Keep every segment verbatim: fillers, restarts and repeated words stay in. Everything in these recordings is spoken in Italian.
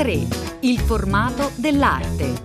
tre, il formato dell'arte.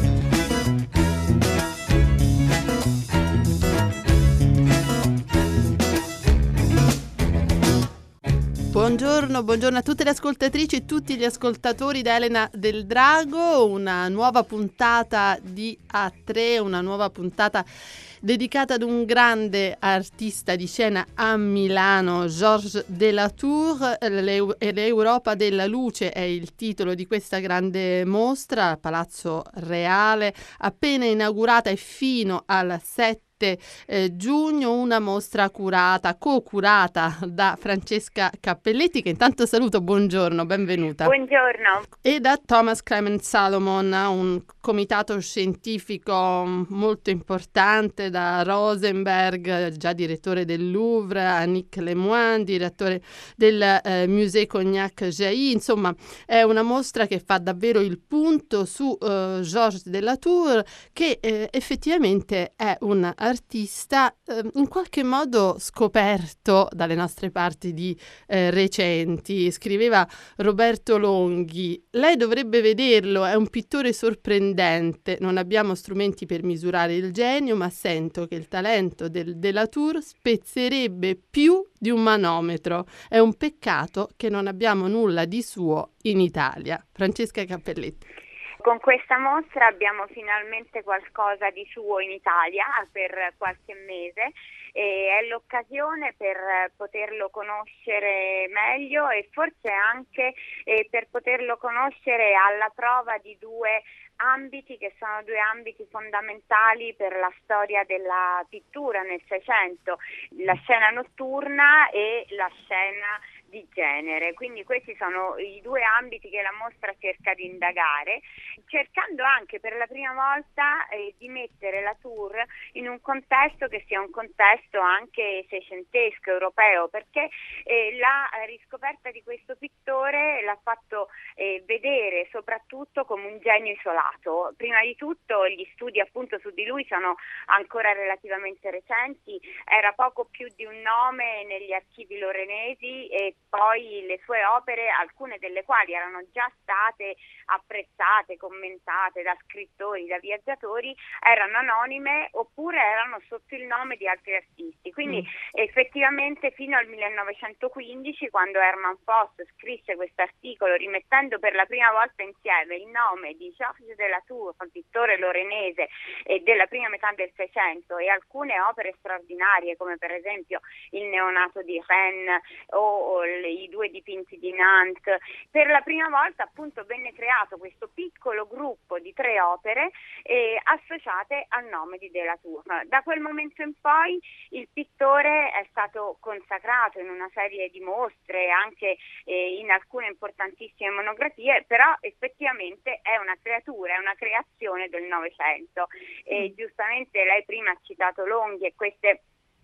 Buongiorno, buongiorno a tutte le ascoltatrici e tutti gli ascoltatori da Elena Del Drago, una nuova puntata di A tre, una nuova puntata dedicata ad un grande artista di scena a Milano, Georges Delatour. L'Eu- L'Europa della Luce è il titolo di questa grande mostra al Palazzo Reale, appena inaugurata e fino al sette Eh, giugno, una mostra curata, co-curata da Francesca Cappelletti, che intanto saluto, buongiorno, benvenuta. Buongiorno. E da Thomas Clement Salomon, un comitato scientifico molto importante, da Rosenberg, già direttore del Louvre, a Nick Lemoine, direttore del eh, Musée Cognac-Jailly. Insomma, è una mostra che fa davvero il punto su eh, Georges Delatour, che eh, effettivamente è un artista eh, in qualche modo scoperto dalle nostre parti di eh, recenti. Scriveva Roberto Longhi: lei dovrebbe vederlo, è un pittore sorprendente, non abbiamo strumenti per misurare il genio, ma sento che il talento del Delatour spezzerebbe più di un manometro. È un peccato che non abbiamo nulla di suo in Italia. Francesca Cappelletti. Con questa mostra abbiamo finalmente qualcosa di suo in Italia per qualche mese e è l'occasione per poterlo conoscere meglio e forse anche eh, per poterlo conoscere alla prova di due ambiti che sono due ambiti fondamentali per la storia della pittura nel Seicento, la scena notturna e la scena di genere. Quindi questi sono i due ambiti che la mostra cerca di indagare, cercando anche per la prima volta eh, di mettere la Tour in un contesto che sia un contesto anche seicentesco, europeo, perché eh, la riscoperta di questo pittore l'ha fatto eh, vedere soprattutto come un genio isolato. Prima di tutto gli studi appunto su di lui sono ancora relativamente recenti, era poco più di un nome negli archivi lorenesi e poi le sue opere, alcune delle quali erano già state apprezzate, commentate da scrittori, da viaggiatori, erano anonime oppure erano sotto il nome di altri artisti. Quindi mm. effettivamente fino al millenovecentoquindici, quando Hermann Voss scrisse questo articolo rimettendo per la prima volta insieme il nome di Georges Delatour, un pittore lorenese e della prima metà del Seicento, e alcune opere straordinarie come per esempio il Neonato di Rennes o, o i due dipinti di Nantes, per la prima volta appunto venne creato questo piccolo gruppo di tre opere eh, associate al nome di Delatour. Da quel momento in poi il pittore è stato consacrato in una serie di mostre, anche eh, in alcune importantissime monografie, però effettivamente è una creatura, è una creazione del Novecento. E giustamente lei prima ha citato Longhi e queste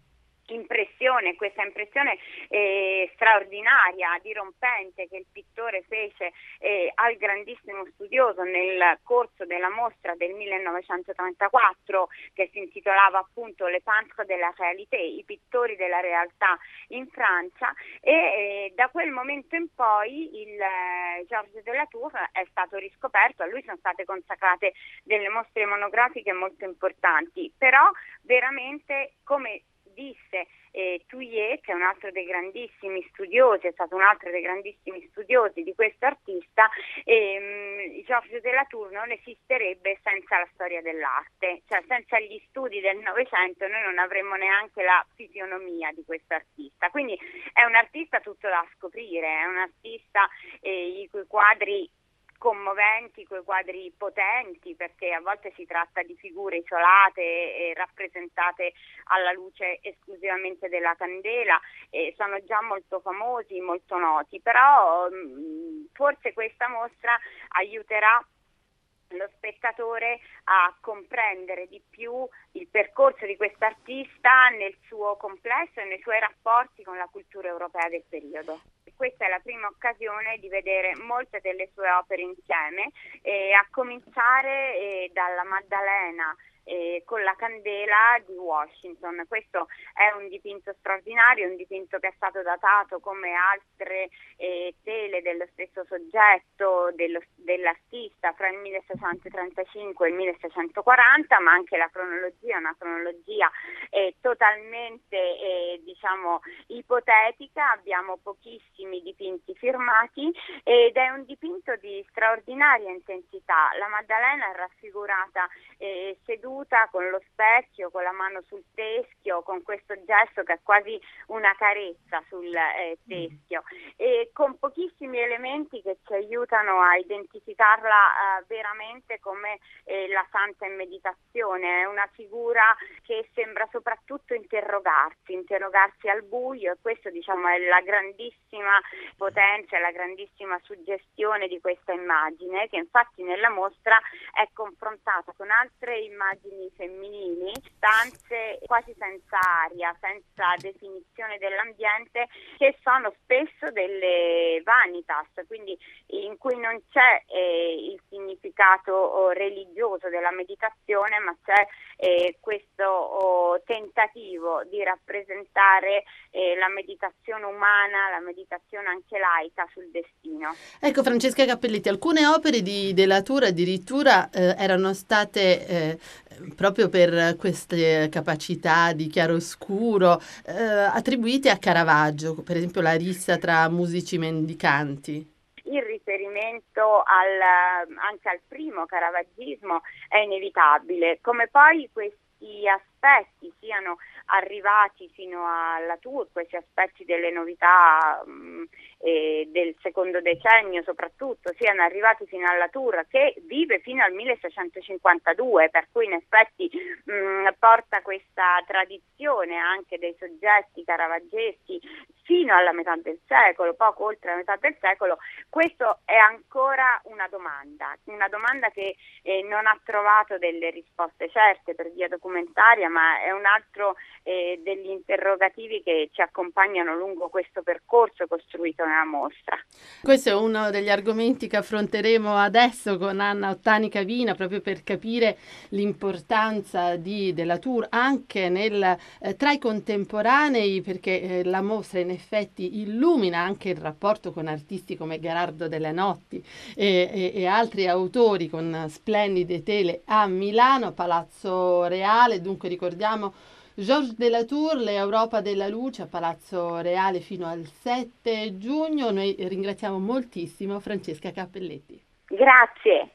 impressione, questa impressione eh, straordinaria, dirompente che il pittore fece eh, al grandissimo studioso nel corso della mostra del millenovecentotrentaquattro, che si intitolava appunto Les peintres de la réalité, i pittori della realtà in Francia, e eh, da quel momento in poi il eh, Georges Delatour è stato riscoperto, a lui sono state consacrate delle mostre monografiche molto importanti, però veramente, come disse eh, Touillet, che è un altro dei grandissimi studiosi, è stato un altro dei grandissimi studiosi di questo artista, ehm, Georges Delatour non esisterebbe senza la storia dell'arte, cioè senza gli studi del Novecento noi non avremmo neanche la fisionomia di questo artista. Quindi è un artista tutto da scoprire, è un artista eh, i cui quadri commoventi, quei quadri potenti, perché a volte si tratta di figure isolate e rappresentate alla luce esclusivamente della candela, e sono già molto famosi, molto noti, però mh, forse questa mostra aiuterà lo spettatore a comprendere di più il percorso di quest'artista nel suo complesso e nei suoi rapporti con la cultura europea del periodo. Questa è la prima occasione di vedere molte delle sue opere insieme, eh, a cominciare eh, dalla Maddalena eh, con la candela di Washington. Questo è un dipinto straordinario, un dipinto che è stato datato come altre eh, tele dello stesso soggetto, dello, dell'artista, fra il milleseicentotrentacinque e il milleseicentoquaranta, ma anche la cronologia è una cronologia eh, totalmente eh, diciamo ipotetica. Abbiamo pochissimi dipinti firmati ed è un dipinto di straordinaria intensità. La Maddalena è raffigurata eh, seduta con lo specchio, con la mano sul teschio, con questo gesto che è quasi una carezza sul eh, teschio, e con pochissimi elementi che ci aiutano a identificarla eh, veramente come eh, la santa in meditazione. È una figura che sembra soprattutto interrogarsi, interrogarsi al buio, e questo diciamo è la grandissima potenza e la grandissima suggestione di questa immagine, che infatti nella mostra è confrontata con altre immagini femminili, stanze quasi senza aria, senza definizione dell'ambiente, che sono spesso delle vanitas, quindi in cui non c'è eh, il significato oh, religioso della meditazione, ma c'è eh, questo oh, tentativo di rappresentare eh, la meditazione umana, la meditazione anche laica sul destino. Ecco, Francesca Cappelletti, alcune opere di della Tour addirittura eh, erano state eh, proprio per queste capacità di chiaroscuro eh, attribuite a Caravaggio, per esempio la rissa tra musici mendicanti. Il riferimento al, anche al primo caravaggismo è inevitabile, come poi questi aspetti siano arrivati fino alla Tour, questi aspetti delle novità mh, eh, del secondo decennio soprattutto, siano arrivati fino alla Tour, che vive fino al milleseicentocinquantadue, per cui in effetti mh, porta questa tradizione anche dei soggetti caravaggeschi fino alla metà del secolo, poco oltre la metà del secolo. Questo è ancora una domanda, una domanda che eh, non ha trovato delle risposte certe per via documentaria, ma è un altro eh, degli interrogativi che ci accompagnano lungo questo percorso costruito nella mostra. Questo è uno degli argomenti che affronteremo adesso con Anna Ottani Cavina, proprio per capire l'importanza di, della Tour anche nel, eh, tra i contemporanei, perché eh, la mostra in effetti illumina anche il rapporto con artisti come Gherardo Delle Notti e, e, e altri autori, con splendide tele a Milano, Palazzo Reale. Dunque ricordiamo Georges de la Tour, l'Europa della luce a Palazzo Reale fino al sette giugno. Noi ringraziamo moltissimo Francesca Cappelletti. Grazie.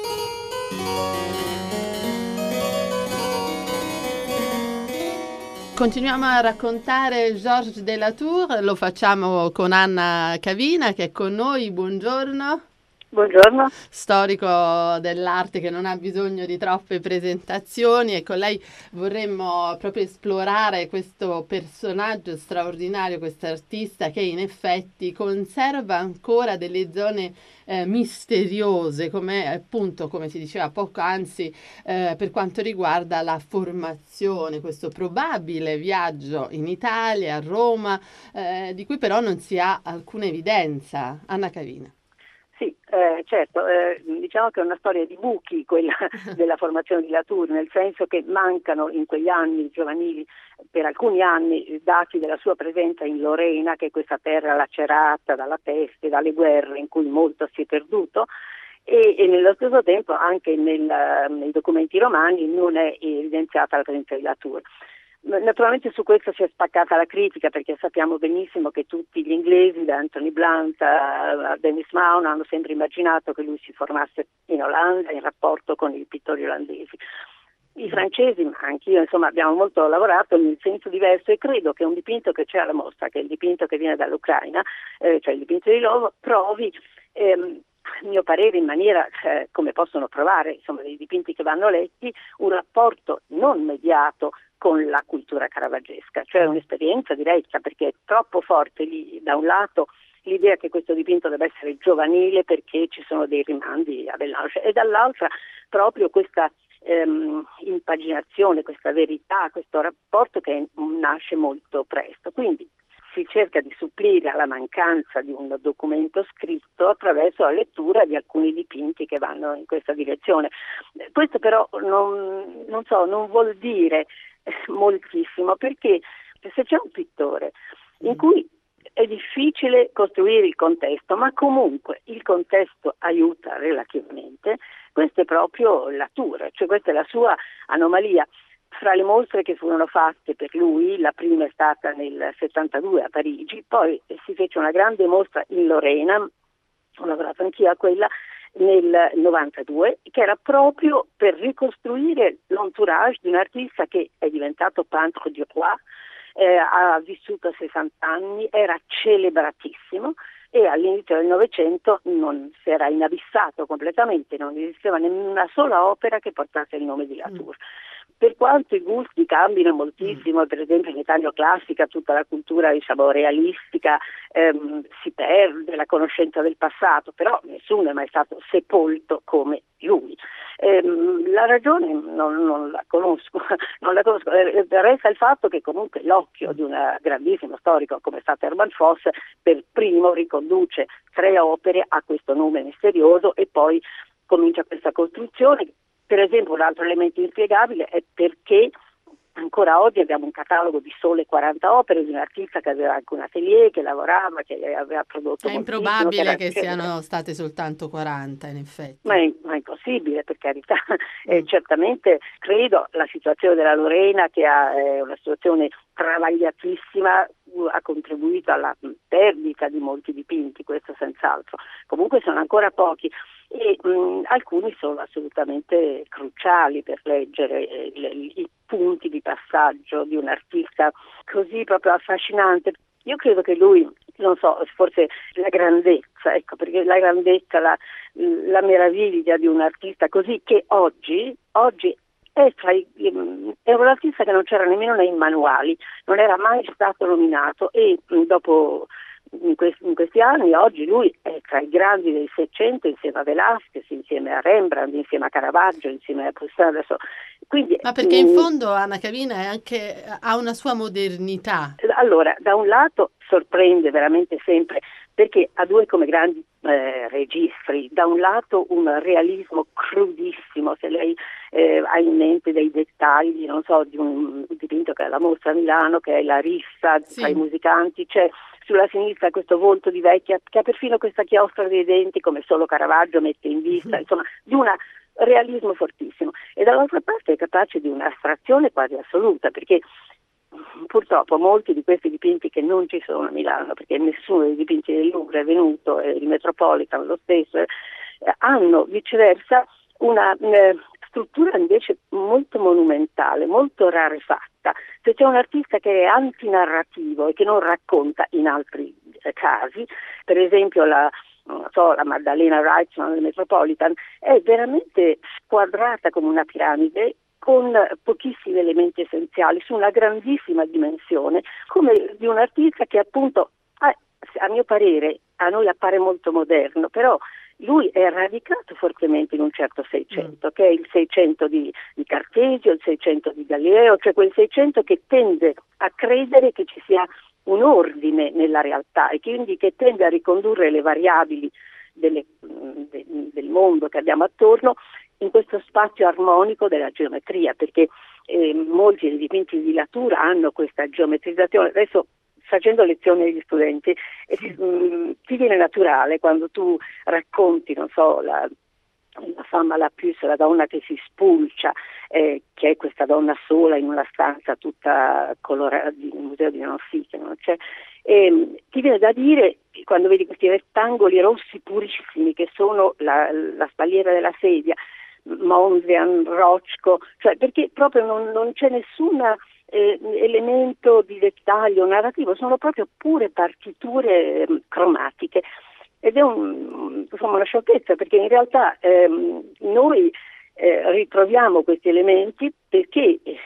Continuiamo a raccontare Georges de la Tour, lo facciamo con Anna Cavina che è con noi. Buongiorno. Buongiorno. Storico dell'arte che non ha bisogno di troppe presentazioni, e con lei vorremmo proprio esplorare questo personaggio straordinario, questo artista che in effetti conserva ancora delle zone eh, misteriose, come appunto, come si diceva poc'anzi, eh, per quanto riguarda la formazione, questo probabile viaggio in Italia, a Roma, eh, di cui però non si ha alcuna evidenza. Anna Cavina. Sì, eh, certo, eh, diciamo che è una storia di buchi quella della formazione di La Tour, nel senso che mancano in quegli anni giovanili, per alcuni anni, dati della sua presenza in Lorena, che è questa terra lacerata dalla peste, dalle guerre, in cui molto si è perduto, e, e nello stesso tempo anche nel, nei documenti romani non è evidenziata la presenza di La Tour. Naturalmente su questo si è spaccata la critica, perché sappiamo benissimo che tutti gli inglesi, da Anthony Blunt a Dennis Mahon, hanno sempre immaginato che lui si formasse in Olanda in rapporto con i pittori olandesi. I francesi, ma anch'io, insomma, abbiamo molto lavorato in senso diverso, e credo che un dipinto che c'è alla mostra, che è il dipinto che viene dall'Ucraina, eh, cioè il dipinto di Lovo, provi, ehm, a mio parere in maniera, eh, come possono provare insomma dei dipinti che vanno letti, un rapporto non mediato con la cultura caravaggesca, cioè un'esperienza diretta, perché è troppo forte lì da un lato l'idea che questo dipinto debba essere giovanile perché ci sono dei rimandi a Bellange, e dall'altra proprio questa ehm, impaginazione, questa verità, questo rapporto che nasce molto presto. Quindi si cerca di supplire alla mancanza di un documento scritto attraverso la lettura di alcuni dipinti che vanno in questa direzione. Questo però non, non so, non vuol dire moltissimo, perché se c'è un pittore in cui è difficile costruire il contesto, ma comunque il contesto aiuta relativamente, questa è proprio la Tour, cioè questa è la sua anomalia. Fra le mostre che furono fatte per lui, la prima è stata nel settantadue a Parigi, poi si fece una grande mostra in Lorena, ho lavorato anch'io a quella, nel novantadue, che era proprio per ricostruire l'entourage di un artista che è diventato peintre du roi, eh, ha vissuto sessanta anni, era celebratissimo e all'inizio del Novecento non si era inabissato completamente, non esisteva nemmeno sola opera che portasse il nome di Latour. Mm. Per quanto i gusti cambino moltissimo, mm. per esempio in Italia classica tutta la cultura, diciamo, realistica ehm, si perde, la conoscenza del passato, però nessuno è mai stato sepolto come lui. Ehm, la ragione non, non la conosco, non la conosco. Eh, resta il fatto che comunque l'occhio di un grandissimo storico come è stato Hermann Voss per primo riconduce tre opere a questo nome misterioso e poi comincia questa costruzione. Per esempio un altro elemento inspiegabile è perché ancora oggi abbiamo un catalogo di sole quaranta opere di un artista che aveva anche un atelier, che lavorava, che aveva prodotto. È improbabile che, che siano state soltanto quaranta, in effetti. Ma è, ma è impossibile, per carità. Mm. Eh, certamente credo la situazione della Lorena, che ha eh, una situazione travagliatissima, ha contribuito alla perdita di molti dipinti, questo senz'altro. Comunque sono ancora pochi e mh, alcuni sono assolutamente cruciali per leggere eh, i, i punti di passaggio di un artista così proprio affascinante. Io credo che lui, non so, forse la grandezza, ecco, perché la grandezza, la, la meraviglia di un artista così che oggi, oggi è, tra i, è un artista che non c'era nemmeno nei manuali, non era mai stato nominato e dopo in questi, in questi anni, oggi lui è tra i grandi del Seicento insieme a Velázquez, insieme a Rembrandt, insieme a Caravaggio, insieme a Poussin. Adesso. Quindi, Ma perché in fondo Anna Kavina è anche, ha una sua modernità. Allora, da un lato sorprende veramente sempre perché ha due come grandi eh, registri, da un lato un realismo crudissimo, se lei eh, ha in mente dei dettagli, non so, di un dipinto che è alla mostra a Milano, che è la rissa sì. tra i musicanti, c'è sulla sinistra questo volto di vecchia che ha perfino questa chiostra dei denti come solo Caravaggio mette in vista, mm-hmm. insomma, di un realismo fortissimo, e dall'altra parte è capace di un'astrazione quasi assoluta, perché purtroppo molti di questi dipinti che non ci sono a Milano, perché nessuno dei dipinti del Louvre è venuto, e il Metropolitan lo stesso, eh, hanno viceversa una eh, struttura invece molto monumentale, molto rarefatta. Se c'è un artista che è antinarrativo e che non racconta in altri eh, casi, per esempio la non so, la Maddalena Reichmann del Metropolitan, è veramente squadrata come una piramide, con pochissimi elementi essenziali, su una grandissima dimensione, come di un artista che appunto, a, a mio parere, a noi appare molto moderno, però lui è radicato fortemente in un certo Seicento, mm. che è il Seicento di, di Cartesio, il Seicento di Galileo, cioè quel Seicento che tende a credere che ci sia un ordine nella realtà e quindi che tende a ricondurre le variabili delle, de, del mondo che abbiamo attorno in questo spazio armonico della geometria, perché eh, molti dei dipinti di Latour hanno questa geometrizzazione. Adesso facendo lezioni agli studenti e ti, mh, ti viene naturale quando tu racconti, non so, la la femme la plus, la donna che si spulcia, eh, che è questa donna sola in una stanza tutta colorata di un museo di Nancy, che non c'è, e ti viene da dire, quando vedi questi rettangoli rossi purissimi che sono la, la spalliera della sedia, Mondrian, Rothko, cioè perché proprio non, non c'è nessun eh, elemento di dettaglio narrativo, sono proprio pure partiture eh, cromatiche. Ed è un, insomma, una sciocchezza, perché in realtà ehm, noi eh, ritroviamo questi elementi perché il,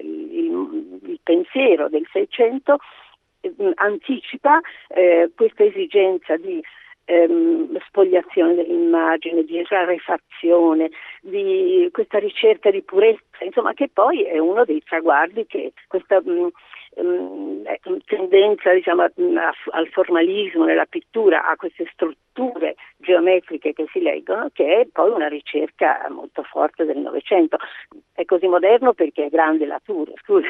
il, il pensiero del Seicento eh, anticipa eh, questa esigenza di ehm, spogliazione dell'immagine, di rarefazione, di questa ricerca di purezza, insomma, che poi è uno dei traguardi che questa mh, um, tendenza diciamo, a, a, al formalismo nella pittura, a queste strutture geometriche che si leggono, che è poi una ricerca molto forte del Novecento. È così moderno perché è grande la Tour, scusi.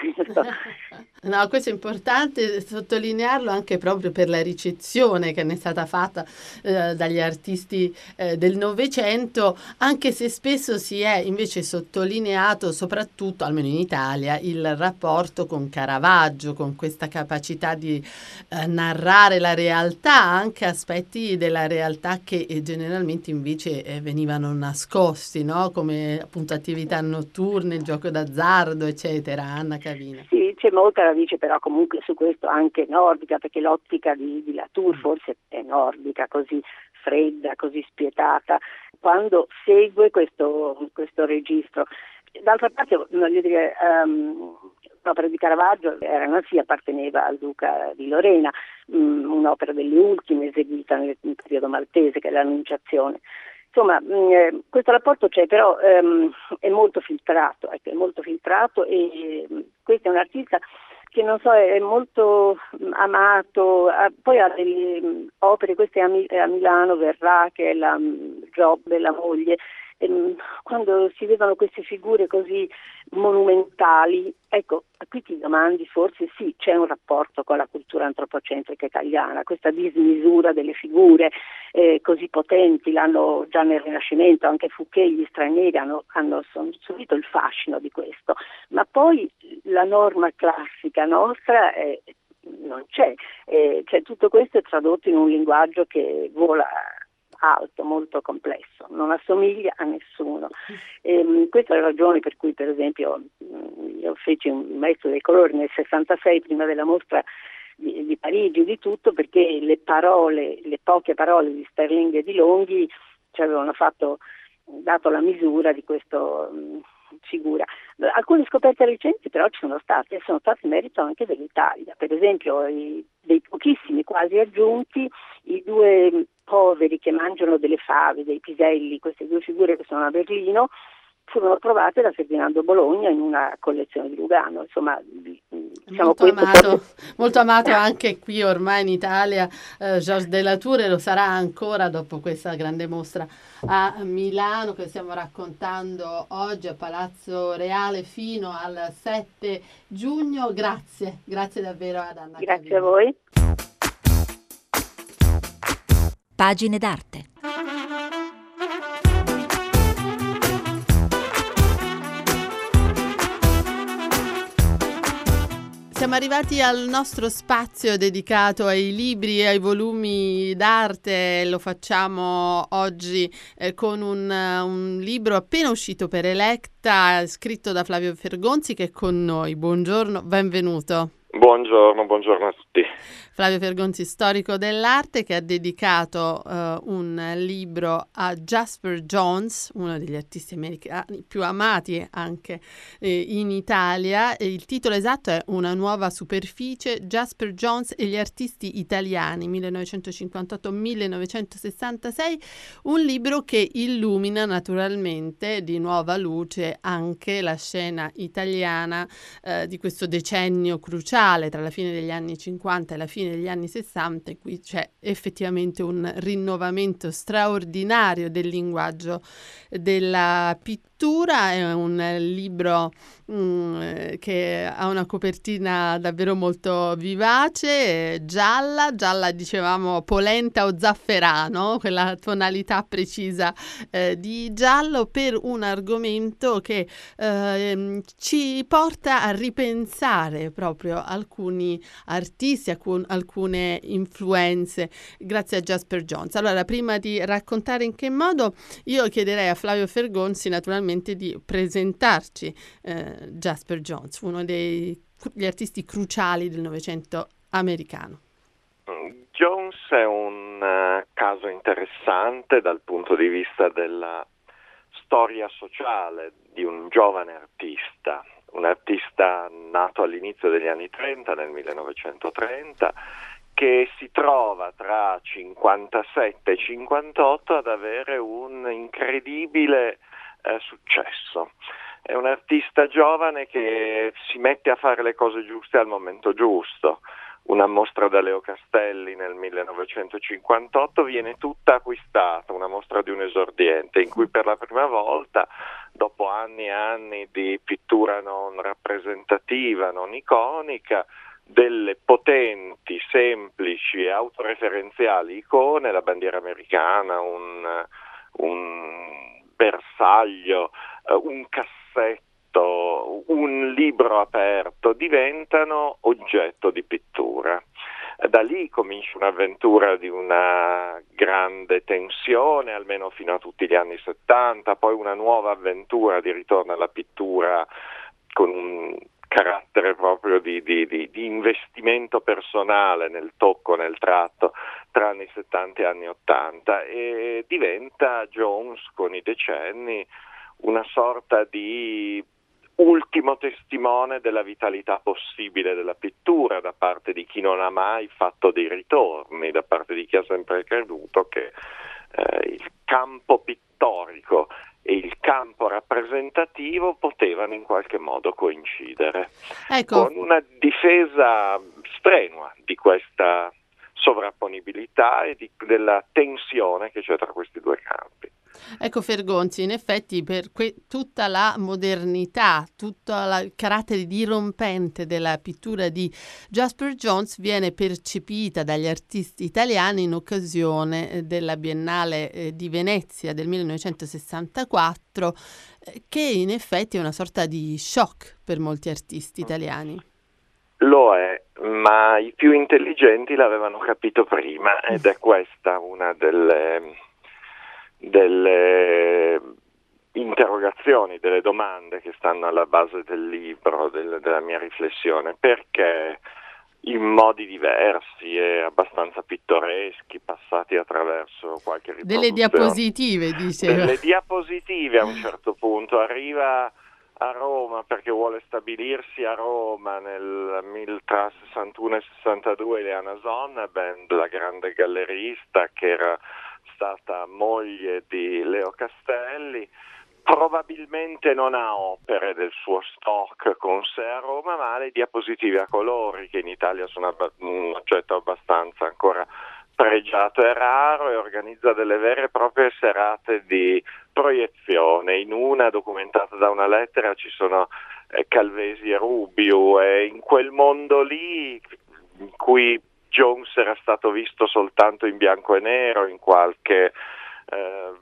No, questo è importante sottolinearlo anche proprio per la ricezione che ne è stata fatta eh, dagli artisti eh, del Novecento, anche se spesso si è invece sottolineato, soprattutto, almeno in Italia, il rapporto con Caravaggio, con questa capacità di eh, narrare la realtà, anche aspetti della realtà che eh, generalmente invece eh, venivano nascosti, no? Come appunto attività notturne, il gioco d'azzardo, eccetera. Anna Cavina. Sì, c'è molta radice però comunque su questo anche nordica, perché l'ottica di, di Latour forse è nordica, così fredda, così spietata, quando segue questo, questo registro. D'altra parte, voglio dire, um, l'opera di Caravaggio era sì, apparteneva al duca di Lorena, um, un'opera delle ultime eseguita nel, nel periodo maltese, che è l'Annunciazione. Insomma, mh, questo rapporto c'è, però ehm, è molto filtrato, ecco, è molto filtrato e mh, questo è un artista che non so, è molto mh, amato, ha, poi ha delle mh, opere, queste a, Mi- a Milano, Verrà, che è la mh, Job della moglie, e, mh, quando si vedono queste figure così monumentali, ecco, qui ti domandi, forse sì, c'è un rapporto con la cultura antropocentrica italiana, questa dismisura delle figure eh, così potenti, l'hanno già nel Rinascimento, anche Fouquet, gli stranieri hanno, hanno subito il fascino di questo, ma poi la norma classica nostra è, non c'è, eh, cioè tutto questo è tradotto in un linguaggio che vola alto, molto complesso, non assomiglia a nessuno. E, questa è la ragione per cui, per esempio, io feci un maestro dei colori nel sessantasei, prima della mostra di, di Parigi, di tutto, perché le parole, le poche parole di Sterling e di Longhi ci avevano fatto, dato la misura di questa figura. Alcune scoperte recenti però ci sono state e sono state merito anche dell'Italia, per esempio i, dei pochissimi quasi aggiunti, i due poveri che mangiano delle fave, dei piselli, queste due figure che sono a Berlino, furono trovate da Ferdinando Bologna in una collezione di Lugano. Insomma, diciamo molto, amato, forse... molto amato anche qui ormai in Italia, eh, Georges de Latour, e lo sarà ancora dopo questa grande mostra a Milano che stiamo raccontando oggi a Palazzo Reale fino al sette giugno. Grazie, grazie davvero ad Anna Grazie Cavina. a voi. Pagine d'arte. Siamo arrivati al nostro spazio dedicato ai libri e ai volumi d'arte. Lo facciamo oggi eh, con un, un libro appena uscito per Electa, scritto da Flavio Fergonzi, che è con noi. Buongiorno, benvenuto. Buongiorno, buongiorno a tutti. Flavio Fergonzi, storico dell'arte, che ha dedicato uh, un libro a Jasper Johns, uno degli artisti americani più amati anche eh, in Italia. Il titolo esatto è Una nuova superficie, Jasper Johns e gli artisti italiani millenovecentocinquantotto millenovecentosessantasei, un libro che illumina naturalmente di nuova luce anche la scena italiana eh, di questo decennio cruciale tra la fine degli anni cinquanta e la fine degli anni sessanta. Qui c'è effettivamente un rinnovamento straordinario del linguaggio della pittura. È un libro mh, che ha una copertina davvero molto vivace, gialla, gialla dicevamo polenta o zafferano, quella tonalità precisa eh, di giallo, per un argomento che eh, ci porta a ripensare proprio alcuni artisti, alcun, alcune influenze grazie a Jasper Johns. Allora, prima di raccontare in che modo, io chiederei a Flavio Fergonzi naturalmente di presentarci eh, Jasper Johns, uno degli artisti cruciali del Novecento americano. Jones è un uh, caso interessante dal punto di vista della storia sociale di un giovane artista, un artista nato all'inizio degli anni trenta, nel millenovecentotrenta, che si trova tra cinquantasette e cinquantotto ad avere un incredibile eh, successo. è un artista giovane che si mette a fare le cose giuste al momento giusto. Una mostra da Leo Castelli nel millenovecentocinquantotto viene tutta acquistata, una mostra di un esordiente, in cui per la prima volta, dopo anni e anni di pittura non rappresentativa, non iconica, delle potenti, semplici e autoreferenziali icone, la bandiera americana, un, un bersaglio, un cassetto, un libro aperto, diventano oggetto di pittura. Da lì comincia un'avventura di una grande tensione, almeno fino a tutti gli anni settanta, poi una nuova avventura di ritorno alla pittura con un carattere proprio di, di, di, di investimento personale nel tocco, nel tratto, tra anni settanta e anni ottanta, e diventa Jones con i decenni una sorta di ultimo testimone della vitalità possibile della pittura da parte di chi non ha mai fatto dei ritorni, da parte di chi ha sempre creduto che eh, il campo pittorico e il campo rappresentativo potevano in qualche modo coincidere, Ecco. con una difesa strenua di questa sovrapponibilità e di, della tensione che c'è tra questi due campi. Ecco Fergonzi, in effetti per que- tutta la modernità, tutto la- il carattere dirompente della pittura di Jasper Johns viene percepita dagli artisti italiani in occasione eh, della Biennale eh, di Venezia del millenovecentosessantaquattro, eh, che in effetti è una sorta di shock per molti artisti italiani. Lo è, ma i più intelligenti l'avevano capito prima, ed è questa una delle... delle interrogazioni, delle domande che stanno alla base del libro, del, della mia riflessione, perché in modi diversi e abbastanza pittoreschi, passati attraverso qualche riproduzione. Delle diapositive, diceva. Delle diapositive a un certo punto, arriva a Roma perché vuole stabilirsi a Roma nel tra sessantuno e sessantadue Ileana Sonnabend, la grande gallerista che era stata moglie di Leo Castelli. Probabilmente non ha opere del suo stock con sé a Roma, ma ha le diapositive a colori, che in Italia sono abba- un oggetto abbastanza ancora pregiato e raro, e organizza delle vere e proprie serate di proiezione. In una, documentata da una lettera, ci sono eh, Calvesi e Rubiu, e in quel mondo lì in cui Jones era stato visto soltanto in bianco e nero, in qualche eh,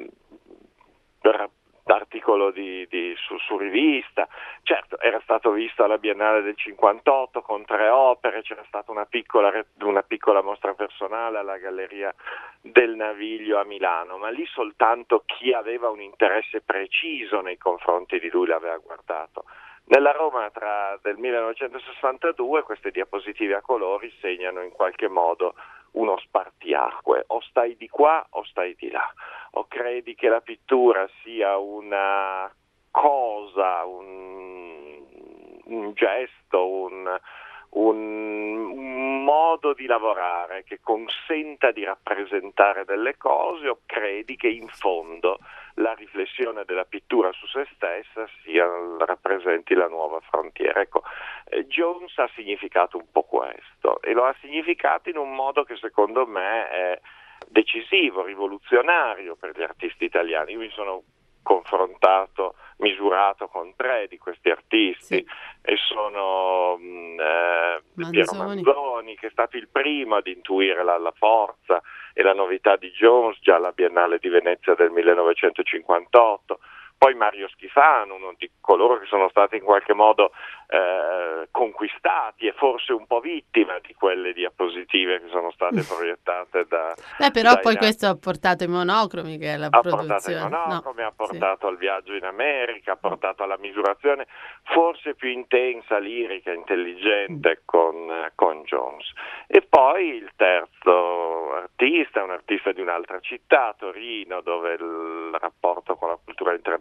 articolo di, di, su, su rivista. Certo, era stato visto alla Biennale del cinquantotto con tre opere, c'era stata una piccola, una piccola mostra personale alla Galleria del Naviglio a Milano, ma lì soltanto chi aveva un interesse preciso nei confronti di lui l'aveva guardato. Nella Roma tra del millenovecentosessantadue queste diapositive a colori segnano in qualche modo uno spartiacque: o stai di qua o stai di là, o credi che la pittura sia una cosa, un, un gesto, un, un, un modo di lavorare che consenta di rappresentare delle cose, o credi che in fondo la riflessione della pittura su se stessa sia, rappresenti la nuova frontiera. Ecco, eh, Jones ha significato un po' questo, e lo ha significato in un modo che secondo me è decisivo, rivoluzionario per gli artisti italiani. Io mi sono confrontato, misurato con tre di questi artisti, sì, e sono mh, eh, Piero Manzoni, che è stato il primo ad intuire la, la forza e la novità di Jones già alla Biennale di Venezia del millenovecentocinquantotto. Poi Mario Schifano, uno di coloro che sono stati in qualche modo eh, conquistati e forse un po' vittima di quelle diapositive che sono state proiettate da... Beh, però poi in... questo ha portato i monocromi, che è la ha produzione. portato ai monocromi, no, ha portato sì. al viaggio in America, ha portato alla misurazione forse più intensa, lirica, intelligente con, con Jones. E poi il terzo artista, un artista di un'altra città, Torino, dove il rapporto con la cultura internazionale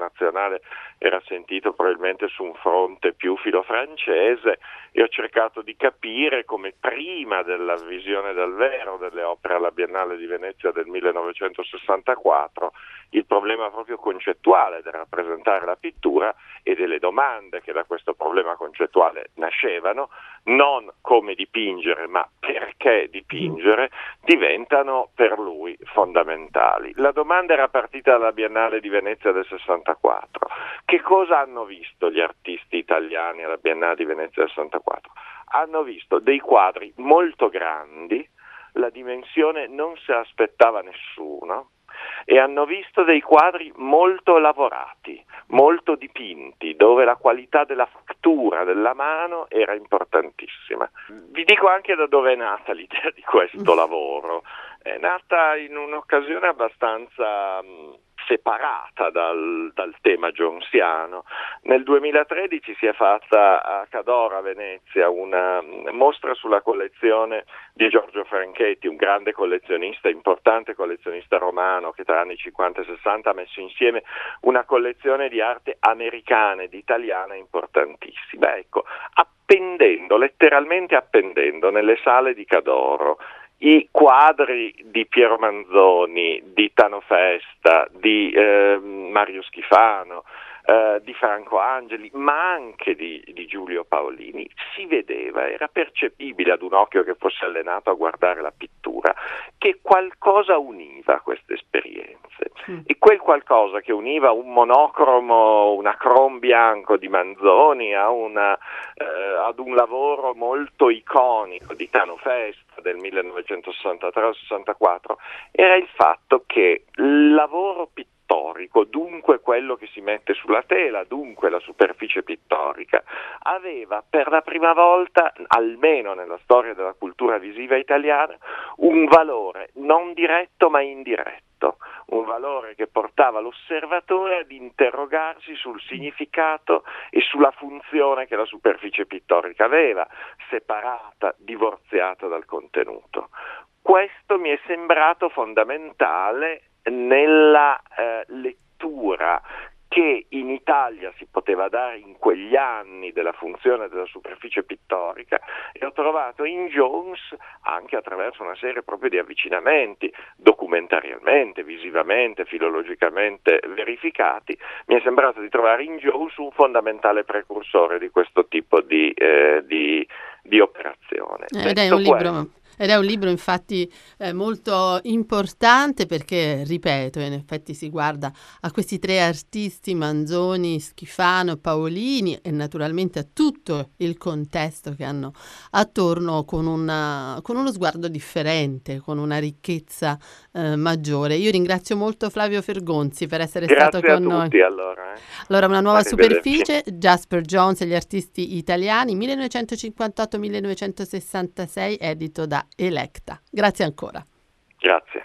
internazionale era sentito probabilmente su un fronte più filofrancese, e ho cercato di capire come prima della visione dal vero delle opere alla Biennale di Venezia del millenovecentosessantaquattro il problema proprio concettuale del rappresentare la pittura e delle domande che da questo problema concettuale nascevano, non come dipingere ma perché dipingere, diventano per lui fondamentali. La domanda era partita dalla Biennale di Venezia del sessantaquattro. Che cosa hanno visto gli artisti italiani alla Biennale di Venezia del sessantaquattro? Hanno visto dei quadri molto grandi, la dimensione non se l'aspettava nessuno, e hanno visto dei quadri molto lavorati, molto dipinti, dove la qualità della fattura della mano era importantissima. Vi dico anche da dove è nata l'idea di questo lavoro. È nata in un'occasione abbastanza mh, separata dal, dal tema jonesiano. Nel duemilatredici si è fatta a Cadore, a Venezia, una mostra sulla collezione di Giorgio Franchetti, un grande collezionista, importante collezionista romano che tra gli anni cinquanta e sessanta ha messo insieme una collezione di arte americana ed italiana importantissima. Ecco, appendendo, letteralmente appendendo nelle sale di Cadoro i quadri di Piero Manzoni, di Tano Festa, di eh, Mario Schifano, eh, di Franco Angeli, ma anche di, di Giulio Paolini, si vedeva, era percepibile ad un occhio che fosse allenato a guardare la pittura, che qualcosa univa queste esperienze. Mm. E quel qualcosa che univa un monocromo, un acron bianco di Manzoni a una, eh, ad un lavoro molto iconico di Tano Festa del millenovecentosessantatré sessantaquattro, era il fatto che il lavoro pittorico, dunque quello che si mette sulla tela, dunque la superficie pittorica, aveva per la prima volta, almeno nella storia della cultura visiva italiana, un valore non diretto ma indiretto, un valore che portava l'osservatore ad interrogarsi sul significato e sulla funzione che la superficie pittorica aveva, separata, divorziata dal contenuto. Questo mi è sembrato fondamentale nella eh, lettura che in Italia si poteva dare in quegli anni della funzione della superficie pittorica, e ho trovato in Jones, anche attraverso una serie proprio di avvicinamenti documentarialmente, visivamente, filologicamente verificati, mi è sembrato di trovare in Jones un fondamentale precursore di questo tipo di, eh, di, di operazione. Ed è un libro... Ed è un libro infatti eh, molto importante perché, ripeto, in effetti si guarda a questi tre artisti, Manzoni, Schifano, Paolini, e naturalmente a tutto il contesto che hanno attorno con, una, con uno sguardo differente, con una ricchezza eh, maggiore. Io ringrazio molto Flavio Fergonzi per essere Grazie stato con a tutti, noi. Allora, eh. Allora, una nuova superficie, Jasper Johns e gli artisti italiani, millenovecentocinquantotto millenovecentosessantasei, edito da Electa. Grazie ancora. Grazie.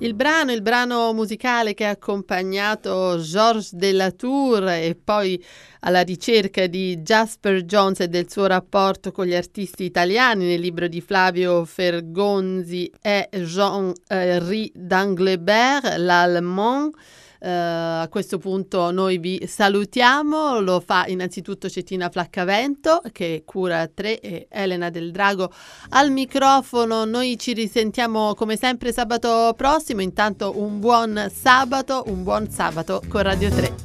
Il brano, il brano musicale che ha accompagnato Georges Delatour e poi alla ricerca di Jasper Johns e del suo rapporto con gli artisti italiani nel libro di Flavio Fergonzi è Jean-Henri d'Anglebert, l'Allemand. Uh, a questo punto noi vi salutiamo, lo fa innanzitutto Cettina Flaccavento che cura tre e Elena Del Drago al microfono. Noi ci risentiamo come sempre sabato prossimo, intanto un buon sabato, un buon sabato con Radio tre.